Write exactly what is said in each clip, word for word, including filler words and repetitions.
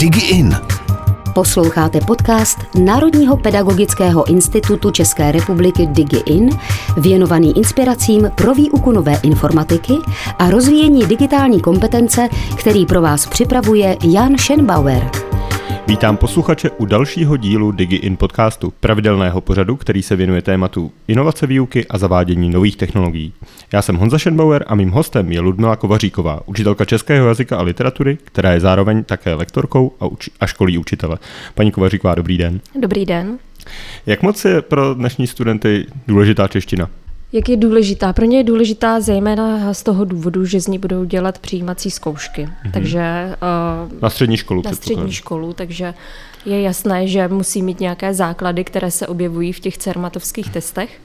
DigiIn. Posloucháte podcast Národního pedagogického institutu České republiky DigiIn, věnovaný inspiracím pro výuku nové informatiky a rozvíjení digitální kompetence, který pro vás připravuje Jan Schenbauer. Vítám posluchače u dalšího dílu DigiIn podcastu, pravidelného pořadu, který se věnuje tématu inovace výuky a zavádění nových technologií. Já jsem Honza Schenbauer a mým hostem je Ludmila Kovaříková, učitelka českého jazyka a literatury, která je zároveň také lektorkou a, uči- a školí učitele. Paní Kovaříková, dobrý den. Dobrý den. Jak moc je pro dnešní studenty důležitá čeština? Jak je důležitá? Pro ně je důležitá zejména z toho důvodu, že z ní budou dělat přijímací zkoušky. Mm-hmm. Takže uh, na střední školu. Na střední školu, takže je jasné, že musí mít nějaké základy, které se objevují v těch cermatovských testech.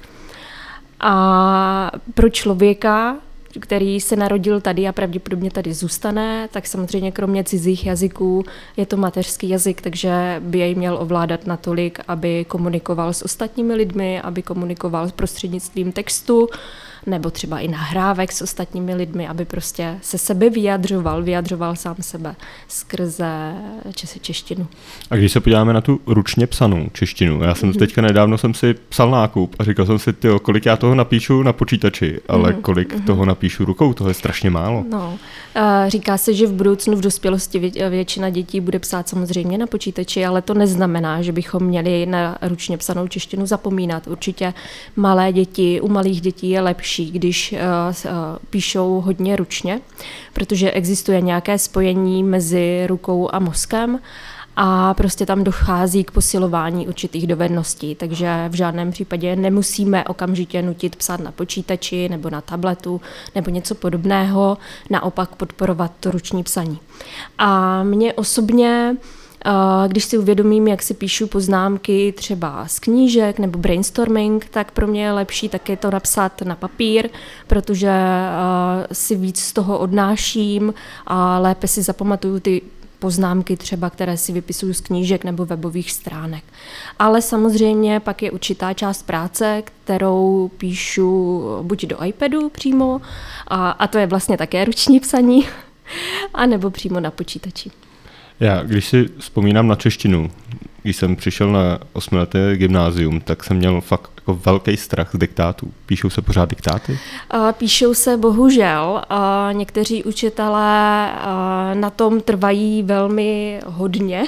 A pro člověka, který se narodil tady a pravděpodobně tady zůstane, tak samozřejmě kromě cizích jazyků je to mateřský jazyk, takže by jej měl ovládat natolik, aby komunikoval s ostatními lidmi, aby komunikoval prostřednictvím textu, nebo třeba i nahrávek s ostatními lidmi, aby prostě se sebe vyjadřoval, vyjadřoval sám sebe skrze češtinu. A když se podíváme na tu ručně psanou češtinu, já jsem mm-hmm. teďka nedávno jsem si psal nákup a říkal jsem si, tyjo, kolik já toho napíšu na počítači, ale mm-hmm. kolik mm-hmm. toho napíšu rukou, toho je strašně málo. No, říká se, že v budoucnu v dospělosti vě- většina dětí bude psát samozřejmě na počítači, ale to neznamená, že bychom měli na ručně psanou češtinu zapomínat. Určitě malé děti, u malých dětí je lepší, když uh, uh, píšou hodně ručně, protože existuje nějaké spojení mezi rukou a mozkem a prostě tam dochází k posilování určitých dovedností, takže v žádném případě nemusíme okamžitě nutit psát na počítači nebo na tabletu nebo něco podobného, naopak podporovat to ruční psaní. A mě osobně, když si uvědomím, jak si píšu poznámky třeba z knížek nebo brainstorming, tak pro mě je lepší taky to napsat na papír, protože si víc z toho odnáším a lépe si zapamatuju ty poznámky třeba, které si vypisuju z knížek nebo webových stránek. Ale samozřejmě pak je určitá část práce, kterou píšu buď do iPadu přímo, a, a to je vlastně také ruční psaní, anebo přímo na počítači. Já, když si vzpomínám na češtinu, když jsem přišel na osmileté gymnázium, tak jsem měl fakt jako velký strach z diktátů. Píšou se pořád diktáty? Píšou se bohužel. Někteří učitelé na tom trvají velmi hodně.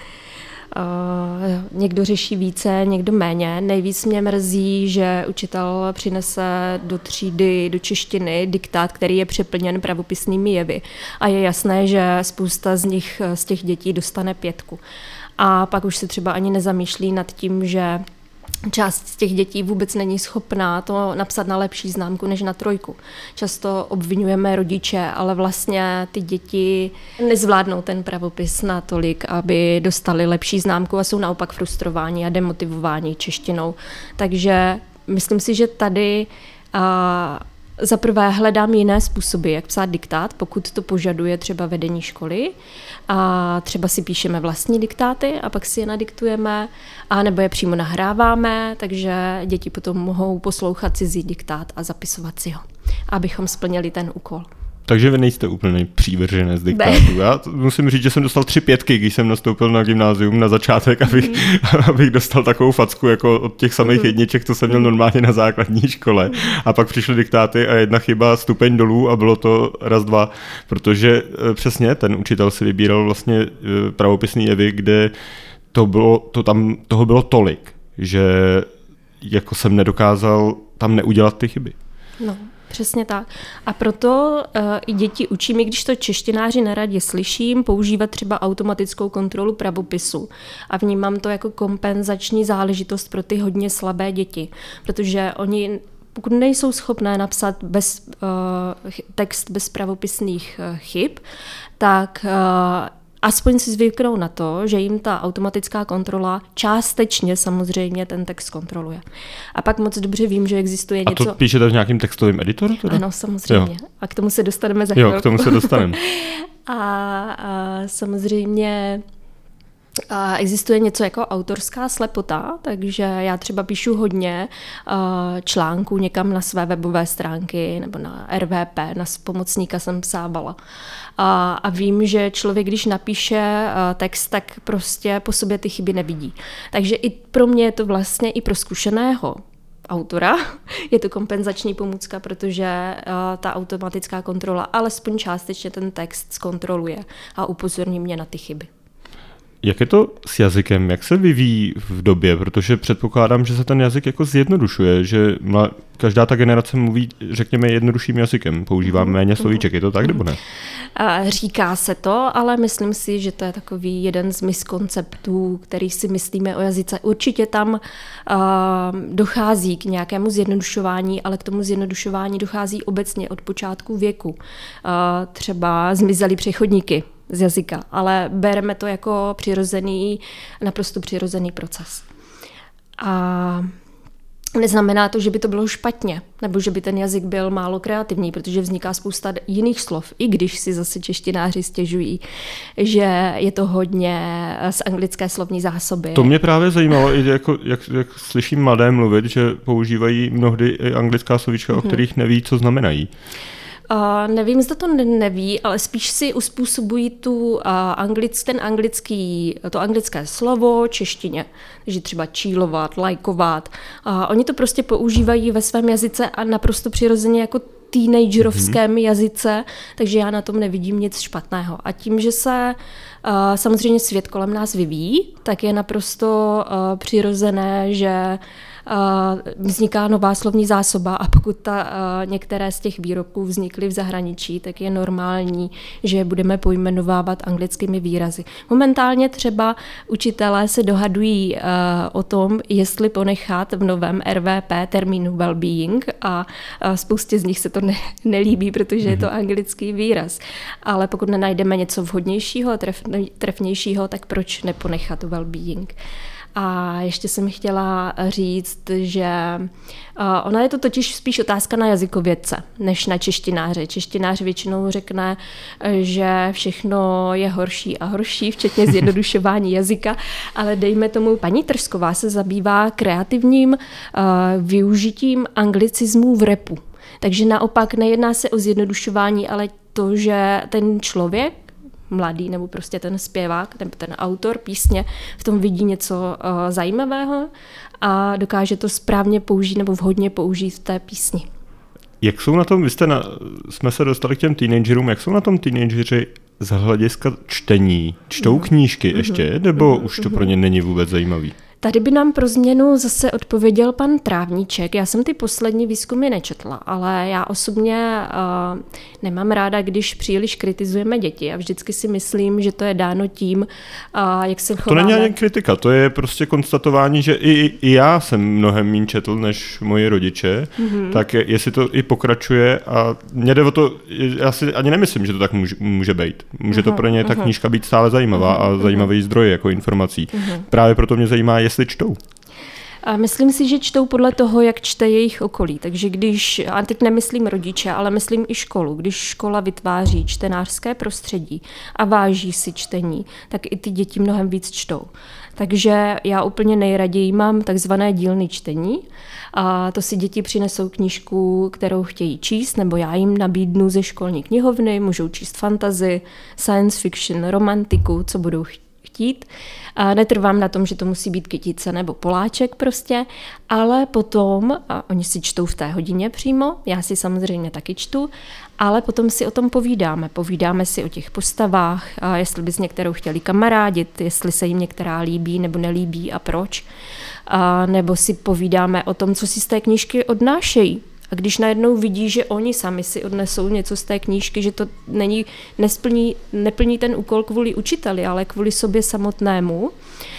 Někdo řeší více, někdo méně. Nejvíc mě mrzí, že učitel přinese do třídy, do češtiny diktát, který je přeplněn pravopisnými jevy. A je jasné, že spousta z nich, z těch dětí dostane pětku. A pak už se třeba ani nezamýšlí nad tím, že část z těch dětí vůbec není schopná to napsat na lepší známku než na trojku. Často obvinujeme rodiče, ale vlastně ty děti nezvládnou ten pravopis natolik, aby dostali lepší známku a jsou naopak frustrováni a demotivováni češtinou. Takže myslím si, že tady a, za prvé hledám jiné způsoby, jak psát diktát, pokud to požaduje třeba vedení školy. A třeba si píšeme vlastní diktáty a pak si je nadiktujeme, a nebo je přímo nahráváme, takže děti potom mohou poslouchat cizí diktát a zapisovat si ho, abychom splnili ten úkol. Takže vy nejste úplně přívrženec diktátu. Já musím říct, že jsem dostal tři pětky, když jsem nastoupil na gymnázium na začátek, abych, mm. abych dostal takovou facku jako od těch samých mm. jedniček, co jsem měl normálně na základní škole. Mm. A pak přišly diktáty a jedna chyba, stupeň dolů a bylo to raz, dva. Protože přesně ten učitel si vybíral vlastně pravopisný jevy, kde to bylo, to tam, toho bylo tolik, že jako jsem nedokázal tam neudělat ty chyby. No. Přesně tak. A proto uh, i děti učím, i když to češtináři neradě slyším, používat třeba automatickou kontrolu pravopisu. A vnímám to jako kompenzační záležitost pro ty hodně slabé děti. Protože oni, pokud nejsou schopné napsat bez, uh, text bez pravopisných uh, chyb, tak uh, aspoň si zvyknou na to, že jim ta automatická kontrola částečně samozřejmě ten text kontroluje. A pak moc dobře vím, že existuje něco... A to píšete v nějakým textovým editoru? Teda? Ano, samozřejmě. Jo. A k tomu se dostaneme za chvilku. Jo, k tomu se dostaneme. a, a samozřejmě Existuje něco jako autorská slepota, takže já třeba píšu hodně článků někam na své webové stránky nebo na R V P, na pomocníka jsem psávala. A, a vím, že člověk, když napíše text, tak prostě po sobě ty chyby nevidí. Takže i pro mě je to vlastně i pro zkušeného autora je to kompenzační pomůcka, protože uh, ta automatická kontrola alespoň částečně ten text zkontroluje a upozorní mě na ty chyby. Jak je to s jazykem? Jak se vyvíjí v době? Protože předpokládám, že se ten jazyk jako zjednodušuje, že každá ta generace mluví, řekněme, jednodušším jazykem. Používá méně slovíček. Je to tak, nebo ne? Říká se to, ale myslím si, že to je takový jeden z miskonceptů, který si myslíme o jazyce. Určitě tam uh, dochází k nějakému zjednodušování, ale k tomu zjednodušování dochází obecně od počátku věku. Uh, třeba zmizely přechodníky z jazyka, ale bereme to jako přirozený, naprosto přirozený proces. A neznamená to, že by to bylo špatně, nebo že by ten jazyk byl málo kreativní, protože vzniká spousta jiných slov, i když si zase češtináři stěžují, že je to hodně z anglické slovní zásoby. To mě právě zajímalo, i jako, jak, jak slyším mladé mluvit, že používají mnohdy i anglická slovíčka, o kterých neví, co znamenají. Uh, nevím, zda to neví, ale spíš si uspůsobují tu, uh, anglic, ten anglický, to anglické slovo češtině. Takže třeba čílovat, lajkovat. Uh, oni to prostě používají ve svém jazyce a naprosto přirozeně jako teenagerovském mm-hmm. jazyce, takže já na tom nevidím nic špatného. A tím, že se uh, samozřejmě svět kolem nás vyvíjí, tak je naprosto uh, přirozené, že Uh, vzniká nová slovní zásoba a pokud ta, uh, některé z těch výrobků vznikly v zahraničí, tak je normální, že je budeme pojmenovávat anglickými výrazy. Momentálně třeba učitelé se dohadují uh, o tom, jestli ponechat v novém R V P termínu well-being a uh, spoustě z nich se to ne- nelíbí, protože mm-hmm. je to anglický výraz. Ale pokud nenajdeme něco vhodnějšího, tref- trefnějšího, tak proč neponechat well-being? A ještě jsem chtěla říct, že ona je to totiž spíš otázka na jazykovědce, než na češtináře. Češtinář většinou řekne, že všechno je horší a horší, včetně zjednodušování jazyka, ale dejme tomu, paní Trsková se zabývá kreativním využitím anglicizmů v rapu. Takže naopak nejedná se o zjednodušování, ale to, že ten člověk, mladý nebo prostě ten zpěvák nebo ten autor písně v tom vidí něco uh, zajímavého a dokáže to správně použít nebo vhodně použít v té písni. Jak jsou na tom, vy jste na, jsme se dostali k těm teenagerům, jak jsou na tom teenageři z hlediska čtení? Čtou mm. knížky mm. ještě, nebo mm. už to pro ně není vůbec zajímavý? Tady by nám pro změnu zase odpověděl pan Trávníček. Já jsem ty poslední výzkumy nečetla, ale já osobně uh, nemám ráda, když příliš kritizujeme děti a vždycky si myslím, že to je dáno tím, uh, jak se chováme. To není ani kritika, to je prostě konstatování, že i, i já jsem mnohem méně četl než moji rodiče, mm-hmm. tak je, jestli to i pokračuje a mě jde o to, já si ani nemyslím, že to tak může, může být. Může mm-hmm. to pro ně ta knížka být stále zajímavá mm-hmm. a zajímavý zdroj jako informací. Mm-hmm. Právě proto mě zajímá, jestli čtou. A myslím si, že čtou podle toho, jak čte jejich okolí. Takže když, a teď nemyslím rodiče, ale myslím i školu, když škola vytváří čtenářské prostředí a váží si čtení, tak i ty děti mnohem víc čtou. Takže já úplně nejraději mám takzvané dílny čtení a to si děti přinesou knížku, kterou chtějí číst, nebo já jim nabídnu ze školní knihovny, můžou číst fantasy, science fiction, romantiku, co budou chtít. chtít. A netrvám na tom, že to musí být kytice nebo poláček prostě, ale potom, a oni si čtou v té hodině přímo, já si samozřejmě taky čtu, ale potom si o tom povídáme. Povídáme si o těch postavách, a jestli by s některou chtěli kamarádit, jestli se jim některá líbí nebo nelíbí a proč. A nebo si povídáme o tom, co si z té knížky odnášejí. A když najednou vidí, že oni sami si odnesou něco z té knížky, že to není, nesplní, neplní ten úkol kvůli učiteli, ale kvůli sobě samotnému,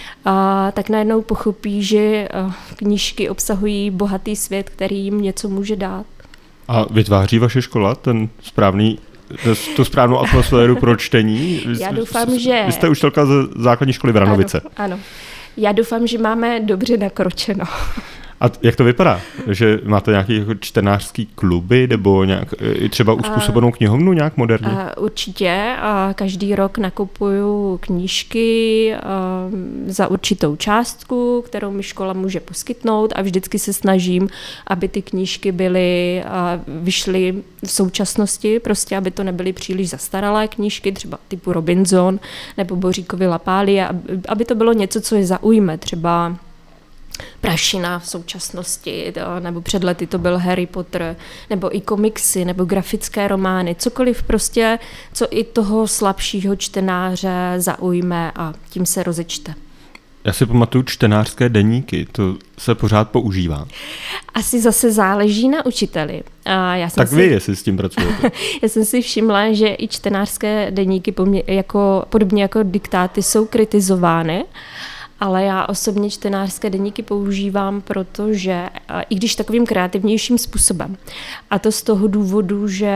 a tak najednou pochopí, že knížky obsahují bohatý svět, který jim něco může dát. A vytváří vaše škola ten správný, tu správnou atmosféru pro čtení? Já doufám, že... Vy jste učitelka ze základní školy Vranovice. Ano, ano. Já doufám, že máme dobře nakročeno. A jak to vypadá? Že máte nějaký jako čtenářský kluby nebo nějak, třeba uspůsobenou knihovnu nějak moderně? Určitě. Každý rok nakupuju knížky za určitou částku, kterou mi škola může poskytnout a vždycky se snažím, aby ty knížky byly, vyšly v současnosti, prostě aby to nebyly příliš zastaralé knížky, třeba typu Robinson nebo Boříkovi Lapálie, aby to bylo něco, co je zaujme, třeba Prašina v současnosti, nebo před lety to byl Harry Potter, nebo i komiksy, nebo grafické romány, cokoliv prostě, co i toho slabšího čtenáře zaujme a tím se rozečte. Já si pamatuju čtenářské deníky, to se pořád používá. Asi zase záleží na učiteli. A já jsem tak si, vy, jestli s tím pracujete. Já jsem si všimla, že i čtenářské deníky jako, podobně jako diktáty jsou kritizovány, ale já osobně čtenářské deníky používám, protože i když takovým kreativnějším způsobem. A to z toho důvodu, že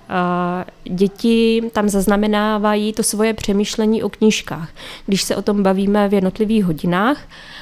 děti tam zaznamenávají to svoje přemýšlení o knížkách. Když se o tom bavíme v jednotlivých hodinách,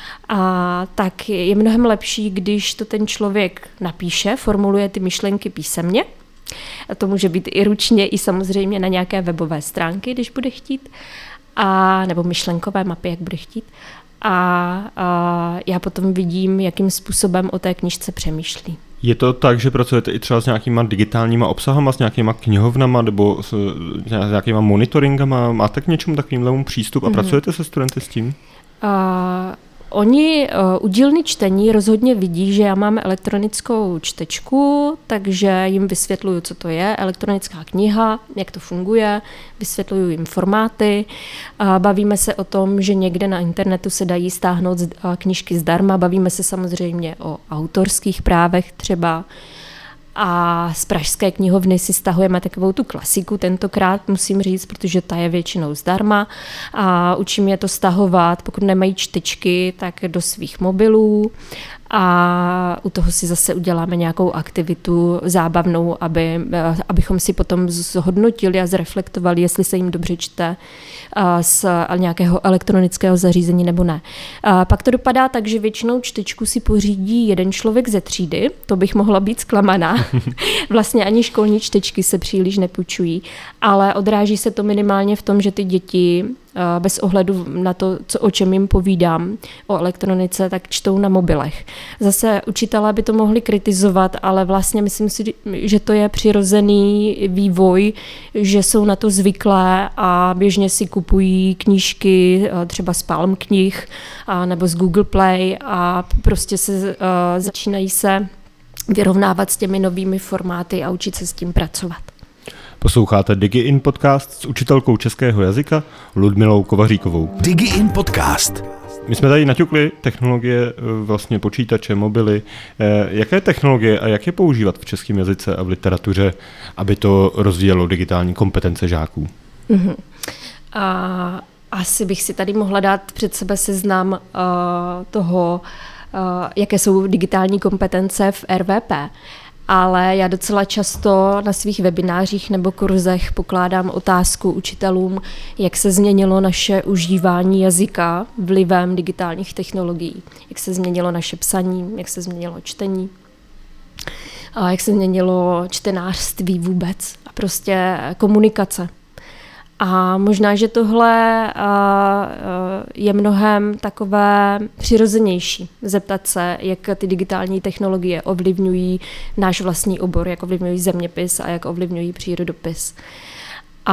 a tak je mnohem lepší, když to ten člověk napíše, formuluje ty myšlenky písemně. A to může být i ručně, i samozřejmě na nějaké webové stránky, když bude chtít, a, nebo myšlenkové mapy, jak bude chtít. A, a já potom vidím, jakým způsobem o té knížce přemýšlí. Je to tak, že pracujete i třeba s nějakýma digitálníma obsahama, s nějakýma knihovnama nebo s nějakýma monitoringama? Máte k něčemu takovýmhle přístup a mm-hmm. pracujete se studenty s tím? A oni u dílny čtení rozhodně vidí, že já mám elektronickou čtečku, takže jim vysvětluju, co to je elektronická kniha, jak to funguje, vysvětluju jim formáty. A bavíme se o tom, že někde na internetu se dají stáhnout knížky zdarma, bavíme se samozřejmě o autorských právech třeba. A z pražské knihovny si stahujeme takovou tu klasiku tentokrát, musím říct, protože ta je většinou zdarma. A učím je to stahovat, pokud nemají čtečky, tak do svých mobilů. A u toho si zase uděláme nějakou aktivitu zábavnou, aby, abychom si potom zhodnotili a zreflektovali, jestli se jim dobře čte z nějakého elektronického zařízení nebo ne. A pak to dopadá tak, že většinou čtečku si pořídí jeden člověk ze třídy, to bych mohla být zklamaná. Vlastně ani školní čtečky se příliš nepůjčují, ale odráží se to minimálně v tom, že ty děti bez ohledu na to, co, o čem jim povídám o elektronice, tak čtou na mobilech. Zase učitelé by to mohli kritizovat, ale vlastně myslím si, že to je přirozený vývoj, že jsou na to zvyklé a běžně si kupují knížky třeba z Palm knih nebo z Google Play a prostě se začínají se vyrovnávat s těmi novými formáty a učit se s tím pracovat. Posloucháte DigiIn podcast s učitelkou českého jazyka Ludmilou Kovaříkovou. DigiIn podcast. My jsme tady naťukli technologie, vlastně počítače, mobily. Jaké technologie a jak je používat v českém jazyce a v literatuře, aby to rozvíjelo digitální kompetence žáků? Mm-hmm. A asi bych si tady mohla dát před sebe seznam uh, toho, uh, jaké jsou digitální kompetence v R V P. Ale já docela často na svých webinářích nebo kurzech pokládám otázku učitelům, jak se změnilo naše užívání jazyka vlivem digitálních technologií, jak se změnilo naše psaní, jak se změnilo čtení, a jak se změnilo čtenářství vůbec a prostě komunikace. A možná, že tohle je mnohem takové přirozenější. Zeptat se, jak ty digitální technologie ovlivňují náš vlastní obor, jak ovlivňují zeměpis a jak ovlivňují přírodopis. A,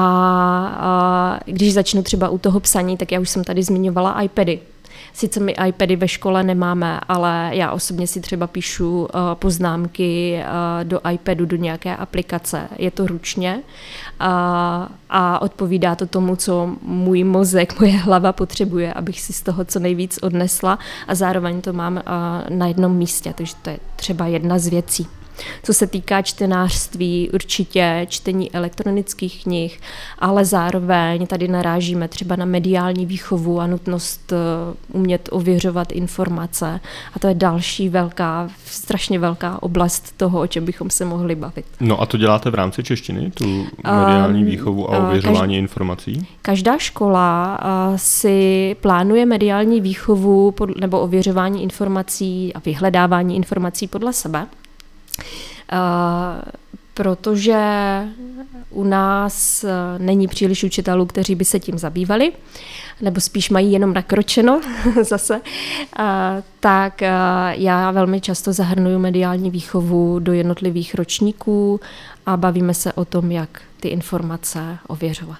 a když začnu třeba u toho psaní, tak já už jsem tady zmiňovala iPady. Sice my iPady ve škole nemáme, ale já osobně si třeba píšu uh, poznámky uh, do iPadu, do nějaké aplikace. Je to ručně uh, a odpovídá to tomu, co můj mozek, moje hlava potřebuje, abych si z toho co nejvíc odnesla a zároveň to mám uh, na jednom místě, takže to je třeba jedna z věcí. Co se týká čtenářství, určitě čtení elektronických knih, ale zároveň tady narážíme třeba na mediální výchovu a nutnost umět ověřovat informace. A to je další velká, strašně velká oblast toho, o čem bychom se mohli bavit. No a to děláte v rámci češtiny, tu mediální výchovu a ověřování Každý, informací? Každá škola si plánuje mediální výchovu pod, nebo ověřování informací a vyhledávání informací podle sebe. Protože u nás není příliš učitelů, kteří by se tím zabývali, nebo spíš mají jenom nakročeno zase, tak já velmi často zahrnuju mediální výchovu do jednotlivých ročníků a bavíme se o tom, jak ty informace ověřovat.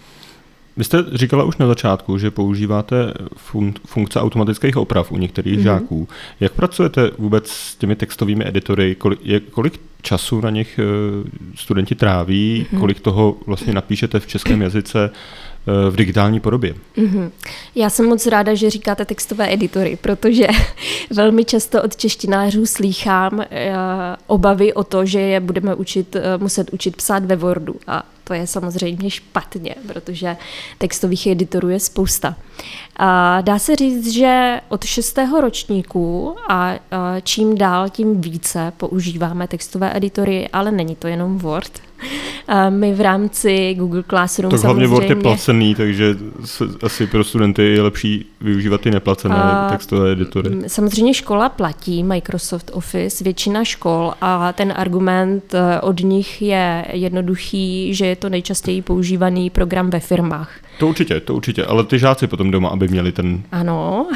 Vy jste říkala už na začátku, že používáte fun- funkce automatických oprav u některých mm-hmm. žáků. Jak pracujete vůbec s těmi textovými editory? Kolik, je, kolik času na nich studenti tráví? Mm-hmm. Kolik toho vlastně napíšete v českém jazyce v digitální podobě? Mm-hmm. Já jsem moc ráda, že říkáte textové editory, protože velmi často od češtinářů slýchám uh, obavy o to, že je budeme učit, uh, muset učit psát ve Wordu. A to je samozřejmě špatně, protože textových editorů je spousta. A dá se říct, že od šestého ročníku a čím dál, tím více používáme textové editory, ale není to jenom Word. A my v rámci Google Classroom tak samozřejmě... hlavně Word je placený, takže asi pro studenty je lepší využívat ty neplacené a textové editory. Samozřejmě škola platí Microsoft Office, většina škol, a ten argument od nich je jednoduchý, že je to nejčastěji používaný program ve firmách. To určitě, to určitě, ale ty žáci potom doma, aby měli ten... Ano,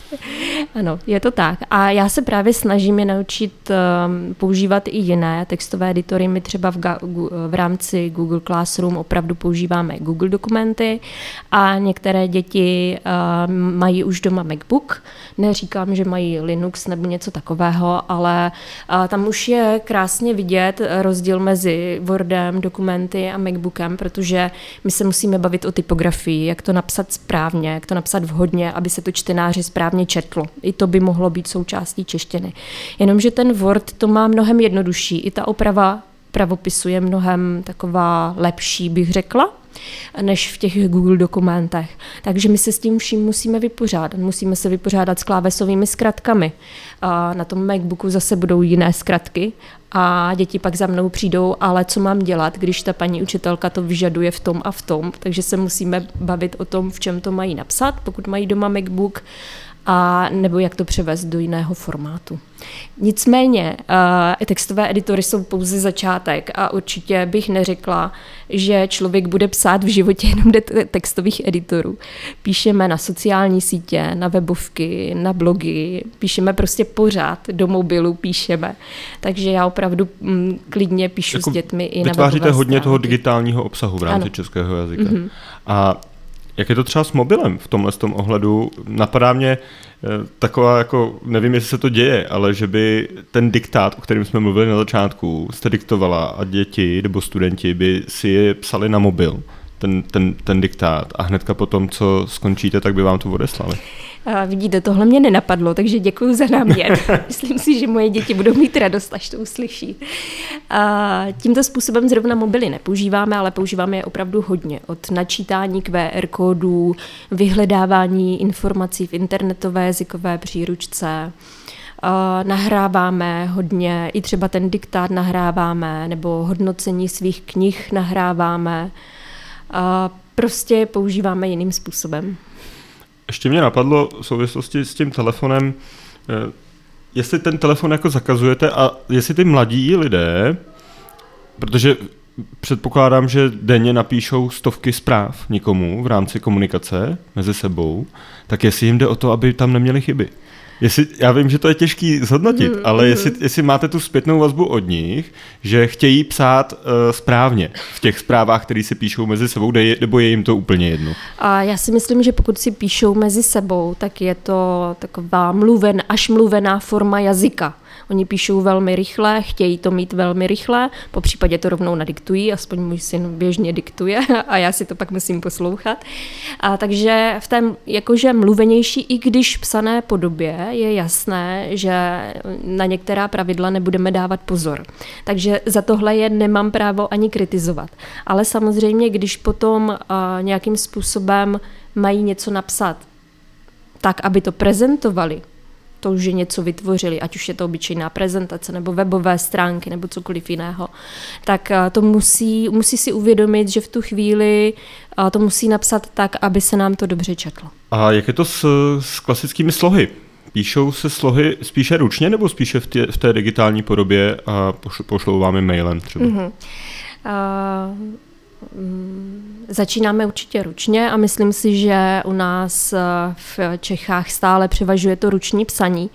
ano, je to tak. A já se právě snažím je naučit um, používat i jiné textové editory. My třeba v, ga- v rámci Google Classroom opravdu používáme Google dokumenty a některé děti um, mají už doma MacBook. Neříkám, že mají Linux nebo něco takového, ale uh, tam už je krásně vidět rozdíl mezi Wordem, dokumenty a MacBookem, protože my se musíme bavit o typografii, jak to napsat správně, jak to napsat vhodně, aby se to čtenáři správně četlo. I to by mohlo být součástí češtiny. Jenomže ten Word to má mnohem jednodušší. I ta oprava pravopisu je mnohem taková lepší, bych řekla, než v těch Google dokumentech. Takže my se s tím vším musíme vypořádat. Musíme se vypořádat s klávesovými zkratkami. A na tom MacBooku zase budou jiné zkratky a děti pak za mnou přijdou, ale co mám dělat, když ta paní učitelka to vyžaduje v tom a v tom. Takže se musíme bavit o tom, v čem to mají napsat, pokud mají doma MacBook, a nebo jak to převést do jiného formátu. Nicméně uh, textové editory jsou pouze začátek a určitě bych neřekla, že člověk bude psát v životě jenom do textových editorů. Píšeme na sociální sítě, na webovky, na blogy, píšeme prostě pořád, do mobilu píšeme. Takže já opravdu mm, klidně píšu jako s dětmi i na webové vytváříte hodně stránky. Toho digitálního obsahu v rámci ano. českého jazyka. Mm-hmm. A jak je to třeba s mobilem v tomhle tom ohledu? Napadá mě taková, jako, nevím, jestli se to děje, ale že by ten diktát, o kterém jsme mluvili na začátku, jste diktovala a děti nebo studenti by si je psali na mobil, ten, ten, ten diktát, a hnedka potom, co skončíte, tak by vám to odeslali. A vidíte, tohle mě nenapadlo, takže děkuji za námět. Myslím si, že moje děti budou mít radost, až to uslyší. A tímto způsobem zrovna mobily nepoužíváme, ale používáme je opravdu hodně. Od načítání Q R kódů, vyhledávání informací v internetové jazykové příručce, a nahráváme hodně, i třeba ten diktát nahráváme, nebo hodnocení svých knih nahráváme. A prostě používáme jiným způsobem. Ještě mě napadlo v souvislosti s tím telefonem, jestli ten telefon jako zakazujete a jestli ty mladí lidé, protože předpokládám, že denně napíšou stovky zpráv nikomu v rámci komunikace mezi sebou, tak jestli jim jde o to, aby tam neměli chyby. Jestli, já vím, že to je těžký zhodnotit, mm, ale mm. Jestli, jestli máte tu zpětnou vazbu od nich, že chtějí psát uh, správně v těch zprávách, které si píšou mezi sebou, je, nebo je jim to úplně jedno? A já si myslím, že pokud si píšou mezi sebou, tak je to taková mluven, až mluvená forma jazyka. Oni píšou velmi rychle, chtějí to mít velmi rychle, po případě to rovnou nadiktují, aspoň můj syn běžně diktuje a já si to pak musím poslouchat. A takže v té jakože mluvenější, i když psané podobě, je jasné, že na některá pravidla nebudeme dávat pozor. Takže za tohle je nemám právo ani kritizovat. Ale samozřejmě, když potom uh, nějakým způsobem mají něco napsat tak, aby to prezentovali, to, že něco vytvořili, ať už je to obyčejná prezentace nebo webové stránky nebo cokoliv jiného, tak to musí, musí si uvědomit, že v tu chvíli to musí napsat tak, aby se nám to dobře četlo. A jak je to s, s klasickými slohy? Píšou se slohy spíše ručně nebo spíše v, tě, v té digitální podobě a pošlou, pošlou vám je mailem třeba? Mm-hmm. Uh... Začínáme určitě ručně a myslím si, že u nás v Čechách stále převažuje to ruční psaní,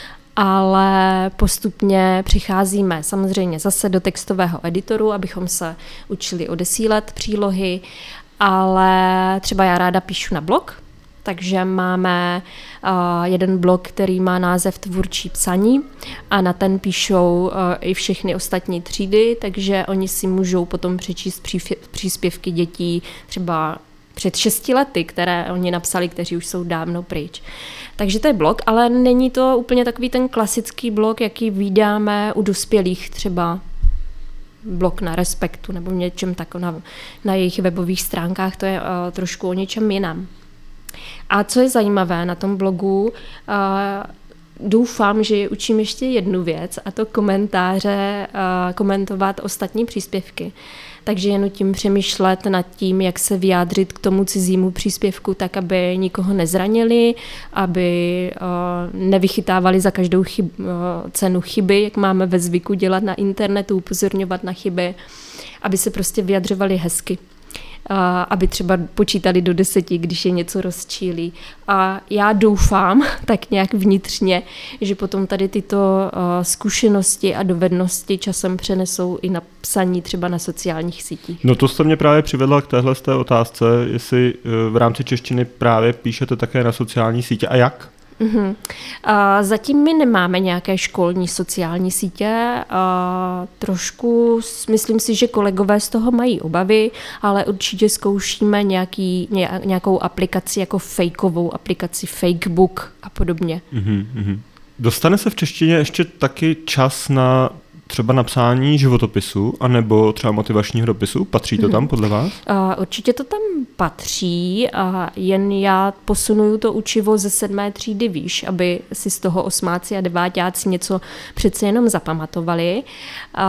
ale postupně přicházíme samozřejmě zase do textového editoru, abychom se učili odesílat přílohy, ale třeba já ráda píšu na blog, takže máme uh, jeden blog, který má název Tvůrčí psaní a na ten píšou uh, i všechny ostatní třídy, takže oni si můžou potom přečíst přífě- příspěvky dětí třeba před šesti lety, které oni napsali, kteří už jsou dávno pryč. Takže to je blog, ale není to úplně takový ten klasický blog, jaký vídáme u dospělých, třeba blog na Respektu nebo něčem tak na, na jejich webových stránkách, to je uh, trošku o něčem jiném. A co je zajímavé na tom blogu, uh, doufám, že učím ještě jednu věc, a to komentáře, uh, komentovat ostatní příspěvky. Takže je nutím přemýšlet nad tím, jak se vyjádřit k tomu cizímu příspěvku, tak aby nikoho nezranili, aby uh, nevychytávali za každou chyb, uh, cenu chyby, jak máme ve zvyku dělat na internetu, upozorňovat na chyby, aby se prostě vyjadřovali hezky. A aby třeba počítali do deseti, když je něco rozčílí. A já doufám, tak nějak vnitřně, že potom tady tyto uh, zkušenosti a dovednosti časem přenesou i na psaní třeba na sociálních sítích. No to jste mě právě přivedla k téhle té otázce, jestli uh, v rámci češtiny právě píšete také na sociální sítě a jak? Uhum. A zatím my nemáme nějaké školní sociální sítě, a trošku myslím si, že kolegové z toho mají obavy, ale určitě zkoušíme nějaký, nějakou aplikaci jako fejkovou aplikaci Fakebook a podobně. Uhum, uhum. Dostane se v češtině ještě taky čas na třeba napsání životopisu anebo třeba motivačního dopisu? Patří to tam podle vás? Uh, určitě to tam patří, a jen já posunuju to učivo ze sedmé třídy výš, aby si z toho osmáci a deváťáci něco přece jenom zapamatovali. Uh,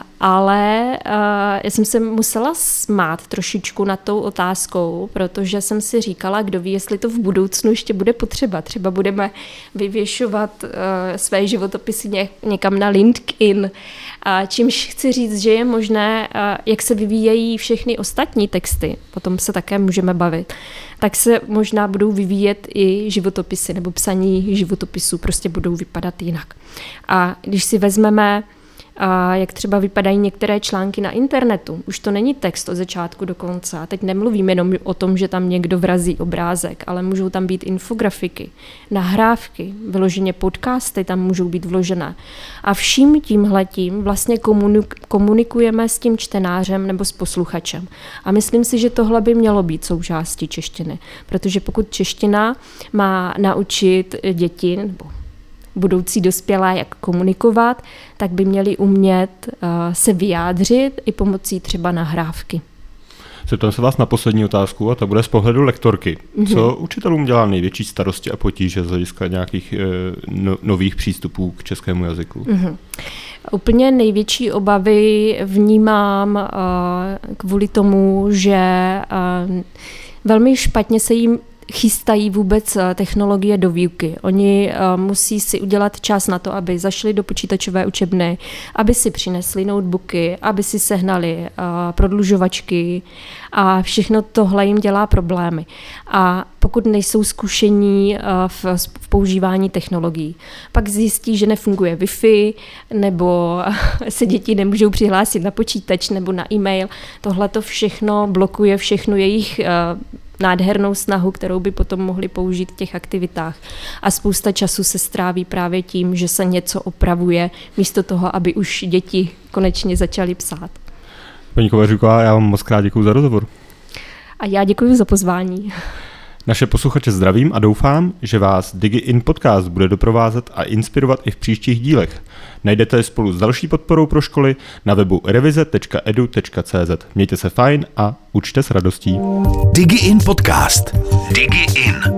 ale uh, já jsem se musela smát trošičku nad tou otázkou, protože jsem si říkala, kdo ví, jestli to v budoucnu ještě bude potřeba. Třeba budeme vyvěšovat uh, své životopisy ně, někam na LinkedIn. A čímž chci říct, že je možné, jak se vyvíjejí všechny ostatní texty, potom se také můžeme bavit, tak se možná budou vyvíjet i životopisy nebo psaní životopisů, prostě budou vypadat jinak. A když si vezmeme, a jak třeba vypadají některé články na internetu. Už to není text od začátku do konce. A teď nemluvím jenom o tom, že tam někdo vrazí obrázek, ale můžou tam být infografiky, nahrávky, vyloženě podcasty tam můžou být vložené. A vším tímhletím vlastně komunik- komunikujeme s tím čtenářem nebo s posluchačem. A myslím si, že tohle by mělo být součástí češtiny. Protože pokud čeština má naučit děti nebo budoucí dospělé, jak komunikovat, tak by měli umět uh, se vyjádřit i pomocí třeba nahrávky. Zeptám se vás na poslední otázku a ta bude z pohledu lektorky. Mm-hmm. Co učitelům dělá největší starosti a potíže z hlediska nějakých uh, no, nových přístupů k českému jazyku? Mm-hmm. Úplně největší obavy vnímám uh, kvůli tomu, že uh, velmi špatně se jim chystají vůbec technologie do výuky. Oni uh, musí si udělat čas na to, aby zašli do počítačové učebny, aby si přinesli notebooky, aby si sehnali uh, prodlužovačky a všechno tohle jim dělá problémy. A pokud nejsou zkušení uh, v, v používání technologií, pak zjistí, že nefunguje Wi-Fi, nebo se děti nemůžou přihlásit na počítač nebo na e-mail. Tohle to všechno blokuje všechno jejich uh, nádhernou snahu, kterou by potom mohli použít v těch aktivitách. A spousta času se stráví právě tím, že se něco opravuje, místo toho, aby už děti konečně začaly psát. Paní Kovaříková, já vám moc krát děkuji za rozhovor. A já děkuji za pozvání. Naše posluchače zdravím a doufám, že vás DigiIn podcast bude doprovázet a inspirovat i v příštích dílech. Najdete je spolu s další podporou pro školy na webu revize tečka edu tečka cé zet. Mějte se fajn a učte s radostí. DigiIn podcast. DigiIn.